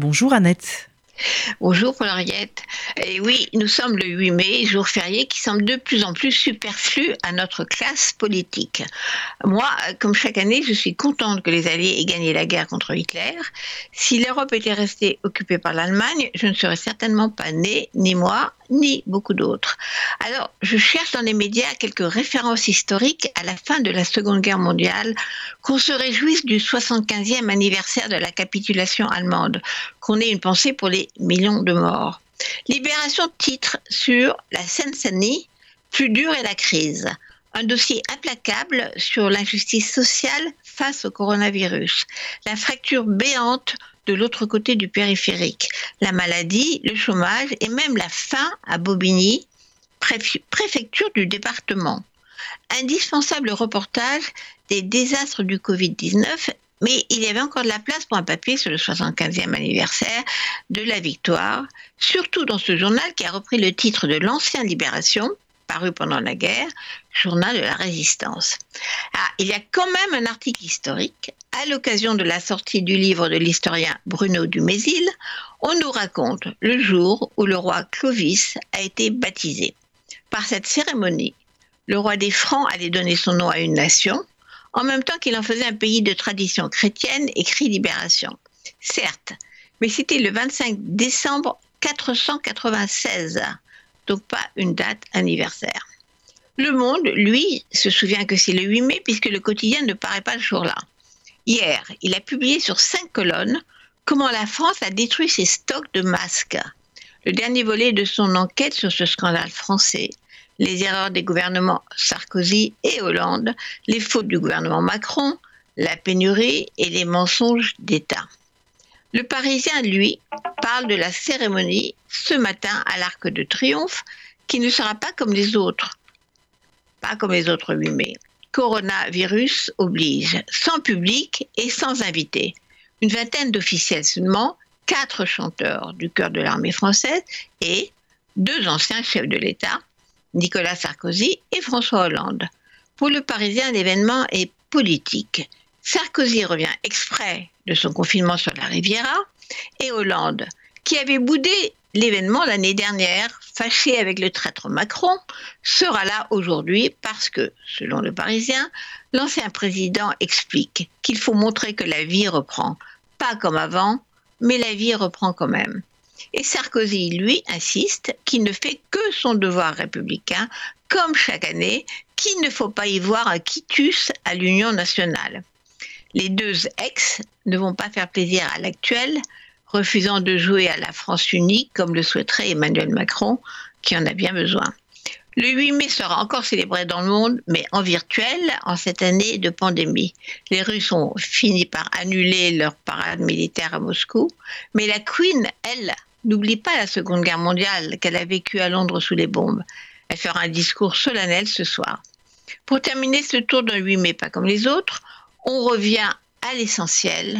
Bonjour Annette. Bonjour Paul-Henriette. Et oui, nous sommes le 8 mai, jour férié qui semble de plus en plus superflu à notre classe politique. Moi, comme chaque année, je suis contente que les Alliés aient gagné la guerre contre Hitler. Si l'Europe était restée occupée par l'Allemagne, je ne serais certainement pas née, ni moi, ni beaucoup d'autres. Alors, je cherche dans les médias quelques références historiques à la fin de la Seconde Guerre mondiale, qu'on se réjouisse du 75e anniversaire de la capitulation allemande, qu'on ait une pensée pour les millions de morts. Libération titre sur la Seine-Saint-Denis, plus dure est la crise. Un dossier implacable sur l'injustice sociale face au coronavirus. La fracture béante de l'autre côté du périphérique. La maladie, le chômage et même la faim à Bobigny, préfecture du département. Indispensable reportage des désastres du Covid-19, mais il y avait encore de la place pour un papier sur le 75e anniversaire de la victoire, surtout dans ce journal qui a repris le titre de l'ancien Libération, paru pendant la guerre, journal de la résistance. Il y a quand même un article historique. À l'occasion de la sortie du livre de l'historien Bruno Dumézil, on nous raconte le jour où le roi Clovis a été baptisé. Par cette cérémonie, le roi des Francs allait donner son nom à une nation, en même temps qu'il en faisait un pays de tradition chrétienne et crie libération. Certes, mais c'était le 25 décembre 496, donc pas une date anniversaire. Le Monde, lui, se souvient que c'est le 8 mai puisque le quotidien ne paraît pas le jour-là. Hier, il a publié sur 5 colonnes comment la France a détruit ses stocks de masques. Le dernier volet de son enquête sur ce scandale français, les erreurs des gouvernements Sarkozy et Hollande, les fautes du gouvernement Macron, la pénurie et les mensonges d'État. Le Parisien, lui, parle de la cérémonie ce matin à l'Arc de Triomphe, qui ne sera pas comme les autres. Pas comme les autres 8 mai. Coronavirus oblige, sans public et sans invité. Une vingtaine d'officiels seulement, 4 chanteurs du chœur de l'armée française et 2 anciens chefs de l'État, Nicolas Sarkozy et François Hollande. Pour le Parisien, l'événement est politique. Sarkozy revient exprès de son confinement sur la Riviera et Hollande, qui avait boudé l'événement l'année dernière, fâché avec le traître Macron, sera là aujourd'hui parce que, selon le Parisien, l'ancien président explique qu'il faut montrer que la vie reprend. Pas comme avant, mais la vie reprend quand même. Et Sarkozy, lui, insiste qu'il ne fait que son devoir républicain, comme chaque année, qu'il ne faut pas y voir un quitus à l'Union nationale. Les 2 ex ne vont pas faire plaisir à l'actuel, refusant de jouer à la France unie comme le souhaiterait Emmanuel Macron, qui en a bien besoin. Le 8 mai sera encore célébré dans le monde, mais en virtuel, en cette année de pandémie. Les Russes ont fini par annuler leur parade militaire à Moscou, mais la Queen, elle, n'oublie pas la Seconde Guerre mondiale qu'elle a vécue à Londres sous les bombes. Elle fera un discours solennel ce soir. Pour terminer ce tour d'un 8 mai pas comme les autres, on revient à l'essentiel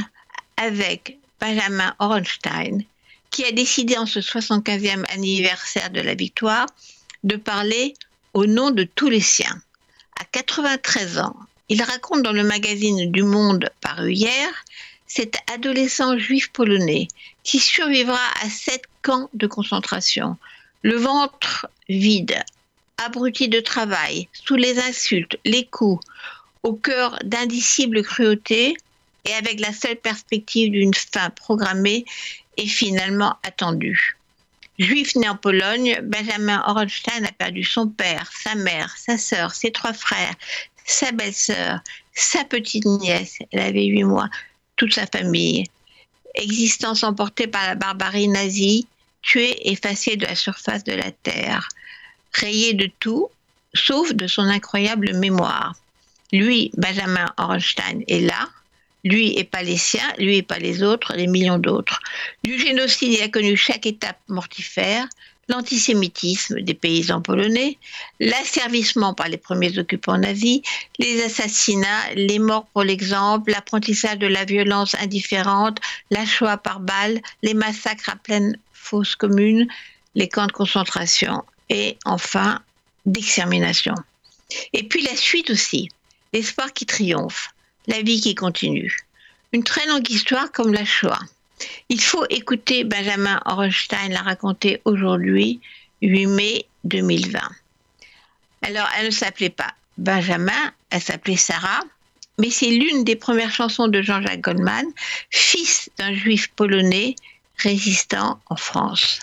avec Benjamin Horenstein, qui a décidé en ce 75e anniversaire de la victoire de parler au nom de tous les siens. À 93 ans, il raconte dans le magazine Du Monde paru hier cet adolescent juif polonais qui survivra à 7 camps de concentration, le ventre vide, abruti de travail, sous les insultes, les coups, au cœur d'indicibles cruautés et avec la seule perspective d'une fin programmée et finalement attendue. Juif né en Pologne, Benjamin Horenstein a perdu son père, sa mère, sa sœur, ses 3 frères, sa belle-sœur, sa petite nièce, elle avait 8 mois, toute sa famille. Existence emportée par la barbarie nazie, tué, effacé de la surface de la terre, rayé de tout, sauf de son incroyable mémoire. Lui, Benjamin Horenstein, est là. Lui et pas les siens, lui et pas les autres, les millions d'autres. Du génocide, il a connu chaque étape mortifère, l'antisémitisme des paysans polonais, l'asservissement par les premiers occupants nazis, les assassinats, les morts pour l'exemple, l'apprentissage de la violence indifférente, la Shoah par balles, les massacres à pleine fosse commune, les camps de concentration et enfin d'extermination. Et puis la suite aussi, l'espoir qui triomphe, la vie qui continue. Une très longue histoire comme la Shoah. Il faut écouter Benjamin Orenstein l'a raconté aujourd'hui, 8 mai 2020. Alors, elle ne s'appelait pas Benjamin, elle s'appelait Sarah, mais c'est l'une des premières chansons de Jean-Jacques Goldman, fils d'un juif polonais résistant en France.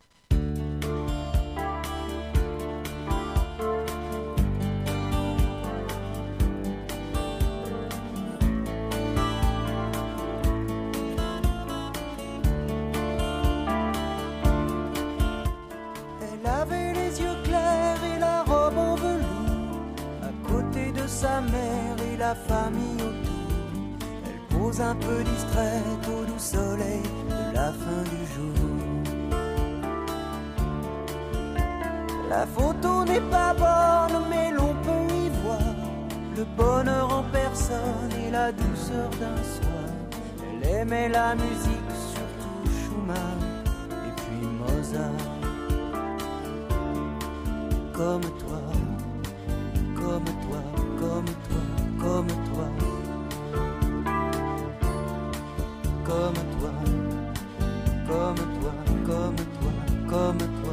Elle avait les yeux clairs et la robe en velours, à côté de sa mère et la famille autour. Elle pose un peu distraite au doux soleil de la fin du jour. La photo n'est pas bonne, mais l'on peut y voir le bonheur en personne et la douceur d'un soir. Elle aimait la musique, surtout Schumann et puis Mozart. Comme toi, comme toi, comme toi, comme toi, comme toi, comme toi, comme toi, comme toi,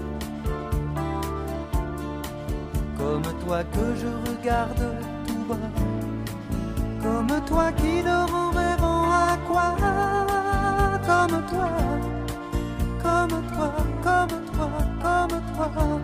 comme toi que je regarde tout bas, comme toi qui dort en rêvant à quoi, comme toi, comme toi, comme toi, comme toi.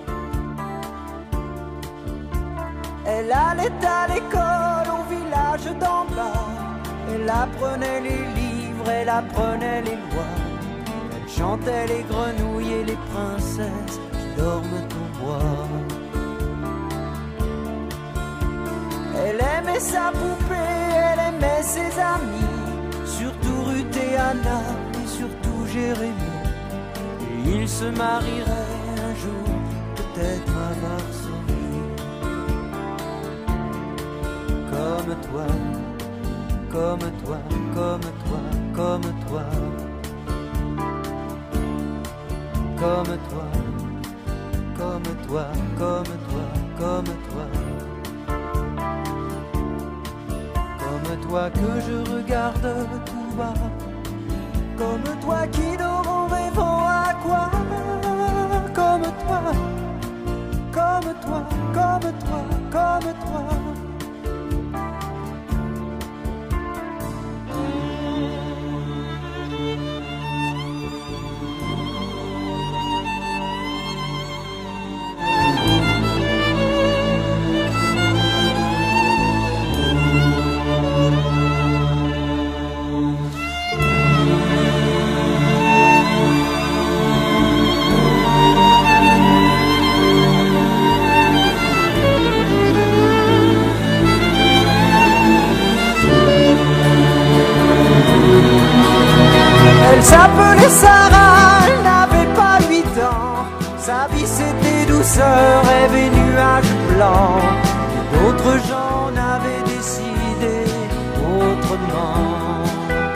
Elle allait à l'école au village d'en bas. Elle apprenait les livres, elle apprenait les lois. Elle chantait les grenouilles et les princesses qui dorment au bois. Elle aimait sa poupée, elle aimait ses amis, surtout Ruth et Anna et surtout Jérémie. Et ils se marieraient un jour, peut-être à Varsovie. Comme toi, comme toi, comme toi, comme toi, comme toi, comme toi, comme toi, comme toi, comme toi que je regarde tout bas, comme toi qui dort en rêvant à quoi, comme toi, comme toi, comme toi, comme toi. Elle s'appelait Sarah, elle n'avait pas 8 ans. Sa vie c'était douceur, rêve et nuages blancs. Et d'autres gens n'avaient décidé autrement.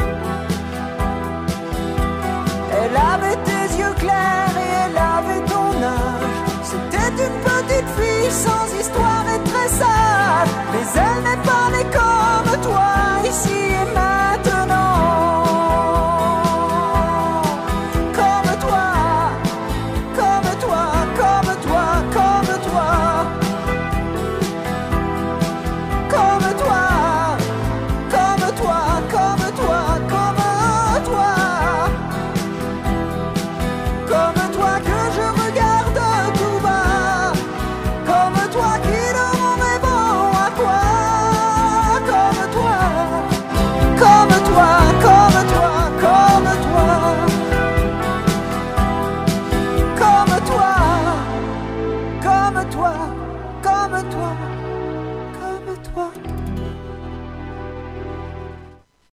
Elle avait tes yeux clairs et elle avait ton âge. C'était une petite fille sans histoire et très sage. Mais elle n'est pas née comme toi, ici et maintenant. Comme toi,